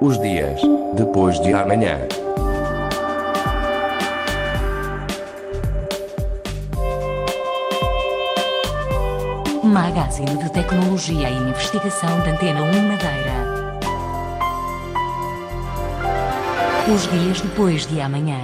Os dias depois de amanhã. Magazine de Tecnologia e Investigação da Antena 1 Madeira. Os dias depois de amanhã.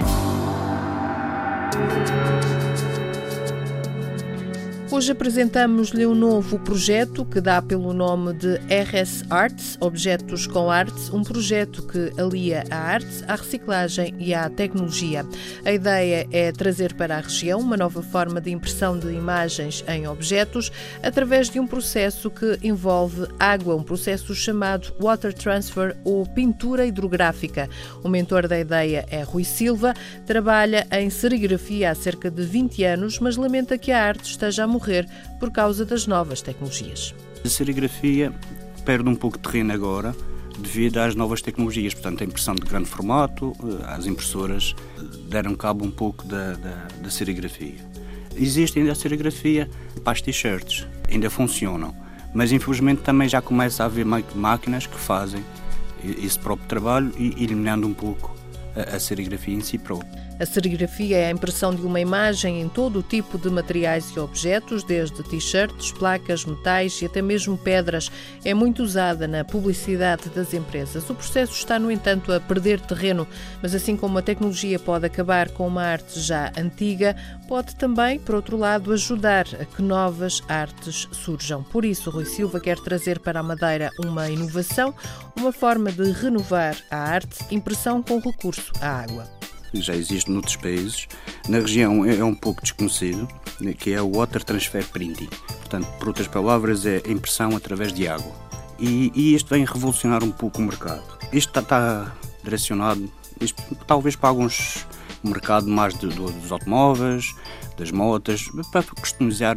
Hoje apresentamos-lhe um novo projeto que dá pelo nome de RS Arts, Objetos com Arte, um projeto que alia a arte, à reciclagem e à tecnologia. A ideia é trazer para a região uma nova forma de impressão de imagens em objetos através de um processo que envolve água, um processo chamado Water Transfer ou pintura hidrográfica. O mentor da ideia é Rui Silva, trabalha em serigrafia há cerca de 20 anos, mas lamenta que a arte esteja a morrer por causa das novas tecnologias. A serigrafia perde um pouco de terreno agora devido às novas tecnologias, portanto a impressão de grande formato, as impressoras deram cabo um pouco da serigrafia. Existe ainda a serigrafia para as t-shirts, ainda funcionam, mas infelizmente também já começa a haver máquinas que fazem esse próprio trabalho e eliminando um pouco a serigrafia em si própria. A serigrafia é a impressão de uma imagem em todo o tipo de materiais e objetos, desde t-shirts, placas, metais e até mesmo pedras. É muito usada na publicidade das empresas. O processo está, no entanto, a perder terreno, mas assim como a tecnologia pode acabar com uma arte já antiga, pode também, por outro lado, ajudar a que novas artes surjam. Por isso, Rui Silva quer trazer para a Madeira uma inovação, uma forma de renovar a arte, impressão com recurso à água. Já existe noutros países, na região é um pouco desconhecido, que é o Water Transfer Printing. Portanto, por outras palavras, é a impressão através de água. E isto vem revolucionar um pouco o mercado. Isto está direcionado, talvez para alguns mercado mais dos automóveis, das motas, para customizar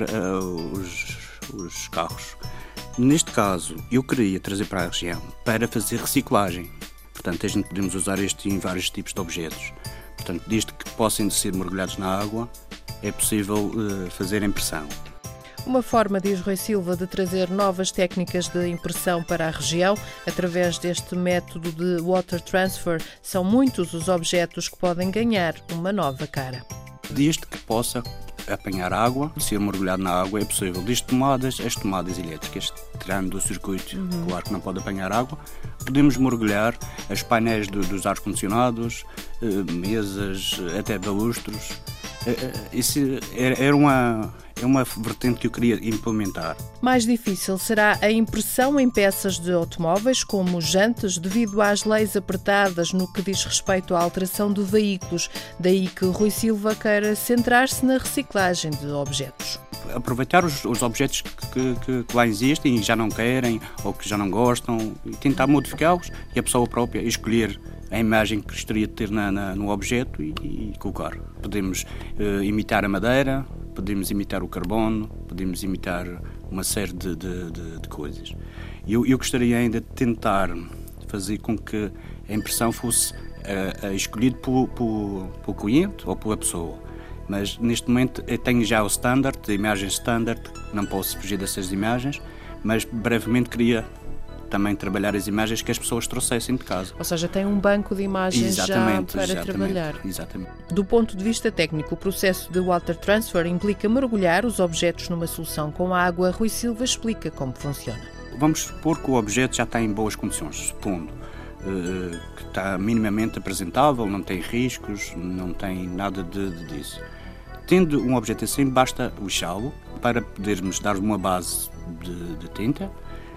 os carros. Neste caso, eu queria trazer para a região para fazer reciclagem. Portanto, a gente podemos usar isto em vários tipos de objetos. Portanto, desde que possam ser mergulhados na água, é possível fazer a impressão. Uma forma, diz Rui Silva, de trazer novas técnicas de impressão para a região, através deste método de water transfer, são muitos os objetos que podem ganhar uma nova cara. Desde que possa apanhar água, ser mergulhado na água, é possível. Desde as tomadas elétricas, tirando do circuito, claro que não pode apanhar água, podemos mergulhar os painéis dos ar-condicionados, mesas, até balustros. Isso é uma vertente que eu queria implementar. Mais difícil será a impressão em peças de automóveis, como jantes, devido às leis apertadas no que diz respeito à alteração de veículos. Daí que Rui Silva queira centrar-se na reciclagem de objetos. Aproveitar os objetos que lá existem e já não querem ou que já não gostam e tentar modificá-los e a pessoa própria escolher a imagem que gostaria de ter no objeto e colocar. Podemos imitar a madeira, podemos imitar o carbono, podemos imitar uma série de coisas. Eu gostaria ainda de tentar fazer com que a impressão fosse escolhida pelo cliente ou pela pessoa. Mas neste momento eu tenho já o standard, a imagem standard, não posso fugir dessas imagens, mas brevemente queria também trabalhar as imagens que as pessoas trouxessem de casa. Ou seja, tem um banco de imagens já para trabalhar. Exatamente. Do ponto de vista técnico, o processo de water transfer implica mergulhar os objetos numa solução com água. Rui Silva explica como funciona. Vamos supor que o objeto já está em boas condições, supondo que está minimamente apresentável, não tem riscos, não tem nada disso. Tendo um objeto assim, basta lixá-lo para podermos dar uma base de tinta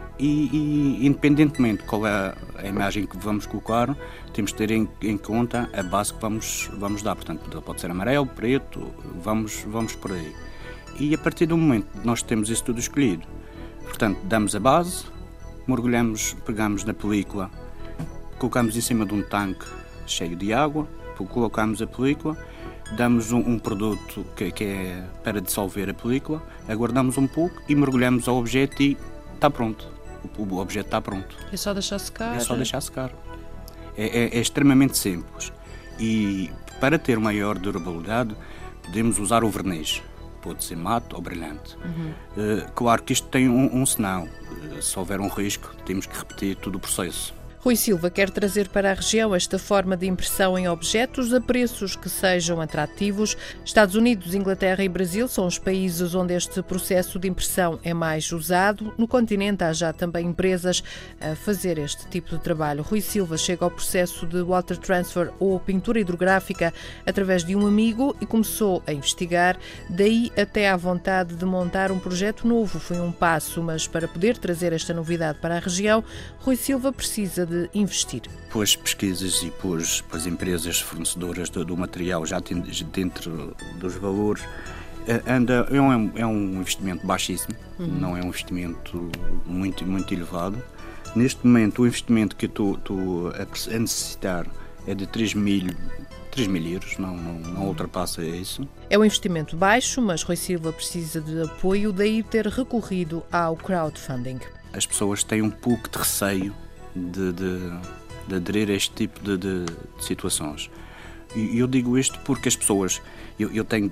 e independentemente qual é a imagem que vamos colocar, temos de ter em conta a base que vamos dar. Portanto, pode ser amarelo, preto, vamos por aí. E a partir do momento que nós temos isso tudo escolhido, portanto, damos a base, mergulhamos, pegamos na película, colocamos em cima de um tanque cheio de água, colocamos a película, damos um produto que é para dissolver a película, aguardamos um pouco e mergulhamos ao objeto e está pronto. O objeto está pronto. É só deixar secar? É só deixar secar. É extremamente simples. E para ter maior durabilidade, podemos usar o verniz. Pode ser mate ou brilhante. Claro que isto tem um senão. Se houver um risco, temos que repetir todo o processo. Rui Silva quer trazer para a região esta forma de impressão em objetos a preços que sejam atrativos. Estados Unidos, Inglaterra e Brasil são os países onde este processo de impressão é mais usado. No continente há já também empresas a fazer este tipo de trabalho. Rui Silva chega ao processo de water transfer ou pintura hidrográfica através de um amigo e começou a investigar, daí até à vontade de montar um projeto novo. Foi um passo, mas para poder trazer esta novidade para a região, Rui Silva precisa de investir. Pelas pesquisas e pelas empresas fornecedoras do material, já dentro dos valores, é um investimento baixíssimo, não é um investimento muito elevado. Neste momento, o investimento que eu estou a necessitar é de 3 mil euros, não ultrapassa isso. É um investimento baixo, mas Rui Silva precisa de apoio, daí ter recorrido ao crowdfunding. As pessoas têm um pouco de receio de aderir a este tipo de situações. E eu digo isto porque as pessoas, eu tenho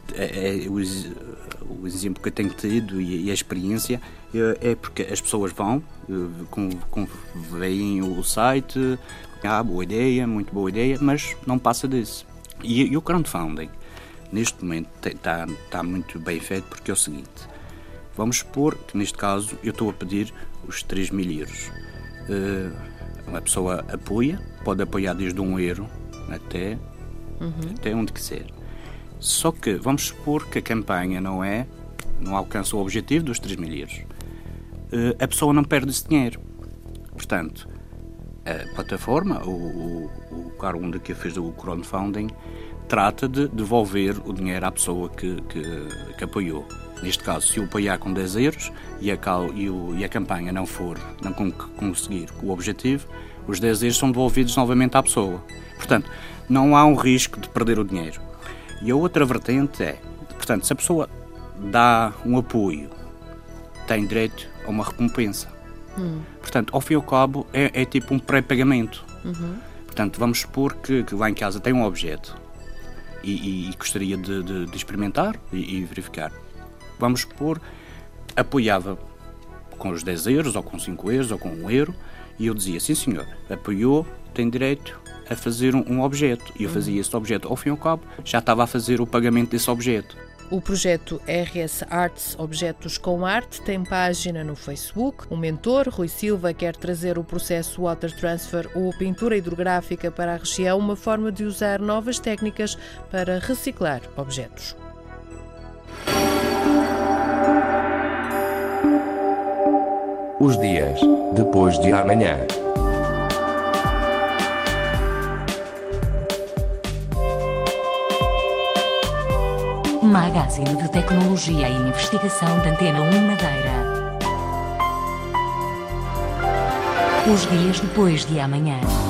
o exemplo que eu tenho tido e a experiência é porque as pessoas vão, veem o site, boa ideia, muito boa ideia, mas não passa disso. E o crowdfunding, neste momento, está muito bem feito porque é o seguinte: vamos supor que neste caso eu estou a pedir os 3 mil euros. Uma pessoa apoia, pode apoiar desde €1 até onde quiser. Só que vamos supor que a campanha não alcança o objetivo dos 3 mil euros. A pessoa não perde esse dinheiro. Portanto, a plataforma, o cara onde que fez o crowdfunding, trata de devolver o dinheiro à pessoa que apoiou. Neste caso, se eu apoiar com 10 euros e a campanha não conseguir o objetivo, os 10 euros são devolvidos novamente à pessoa. Portanto, não há um risco de perder o dinheiro. E a outra vertente é, portanto, se a pessoa dá um apoio, tem direito a uma recompensa. Portanto, ao fim e ao cabo, é tipo um pré-pagamento. Portanto, vamos supor que lá em casa tem um objeto e gostaria de experimentar e verificar. Vamos supor, apoiava com os 10 euros, ou com 5 euros, ou com 1 euro, e eu dizia, sim senhor, apoiou, tem direito a fazer um objeto. E eu fazia esse objeto. Ao fim e ao cabo, já estava a fazer o pagamento desse objeto. O projeto RS Arts Objetos com Arte tem página no Facebook. O mentor, Rui Silva, quer trazer o processo Water Transfer ou pintura hidrográfica para a região, uma forma de usar novas técnicas para reciclar objetos. Os dias depois de amanhã. Magazine de Tecnologia e Investigação da Antena 1 Madeira. Os dias depois de amanhã.